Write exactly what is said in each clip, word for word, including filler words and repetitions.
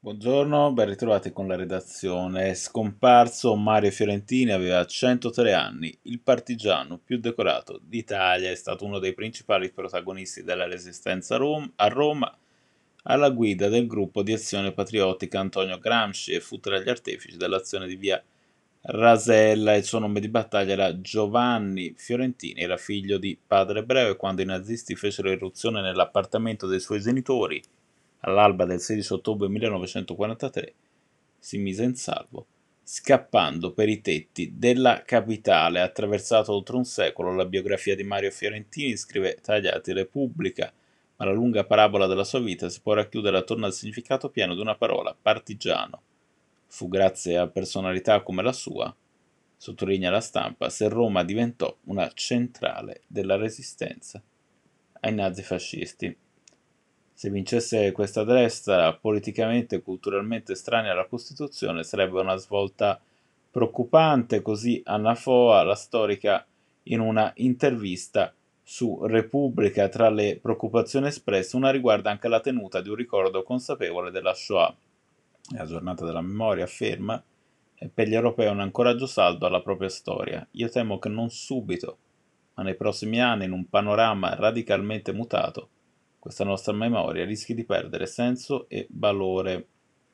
Buongiorno, ben ritrovati con la redazione. È scomparso Mario Fiorentini, aveva centotré anni, il partigiano più decorato d'Italia, è stato uno dei principali protagonisti della Resistenza a Rom- a Roma, alla guida del gruppo di azione patriottica Antonio Gramsci e fu tra gli artefici dell'azione di via Rasella. Il suo nome di battaglia era Giovanni Fiorentini, era figlio di padre ebreo e quando i nazisti fecero irruzione nell'appartamento dei suoi genitori all'alba del sedici ottobre millenovecentoquarantatré, si mise in salvo, scappando per i tetti della capitale. Attraversato oltre un secolo, la biografia di Mario Fiorentini scrive tagliati Repubblica, ma la lunga parabola della sua vita si può racchiudere attorno al significato pieno di una parola, partigiano. Fu grazie a personalità come la sua, sottolinea la stampa, se Roma diventò una centrale della resistenza ai nazifascisti. Se vincesse questa destra, politicamente e culturalmente estranea alla Costituzione, sarebbe una svolta preoccupante, così Anna Foa, la storica, in una intervista su Repubblica, tra le preoccupazioni espresse, una riguarda anche la tenuta di un ricordo consapevole della Shoah. La giornata della memoria afferma e per gli europei è un ancoraggio saldo alla propria storia. Io temo che non subito, ma nei prossimi anni, in un panorama radicalmente mutato, questa nostra memoria rischi di perdere senso e valore.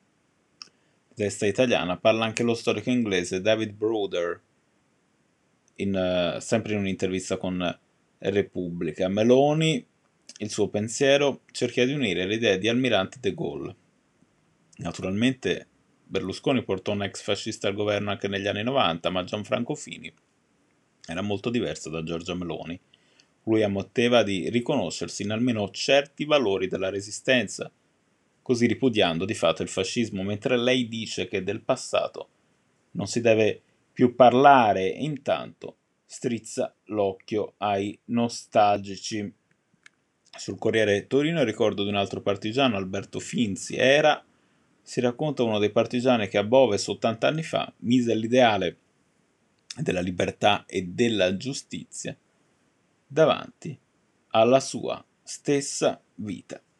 Testa italiana parla anche lo storico inglese David Bruder, in, uh, sempre in un'intervista con Repubblica. Meloni, il suo pensiero, cerca di unire le idee di Almirante de Gaulle. Naturalmente Berlusconi portò un ex fascista al governo anche negli anni novanta, ma Gianfranco Fini era molto diverso da Giorgia Meloni. Lui ammetteva di riconoscersi in almeno certi valori della resistenza, così ripudiando di fatto il fascismo, mentre lei dice che del passato non si deve più parlare e intanto strizza l'occhio ai nostalgici. Sul Corriere Torino il ricordo di un altro partigiano, Alberto Finzi, era, si racconta, uno dei partigiani che a Boves ottanta anni fa mise l'ideale della libertà e della giustizia davanti alla sua stessa vita.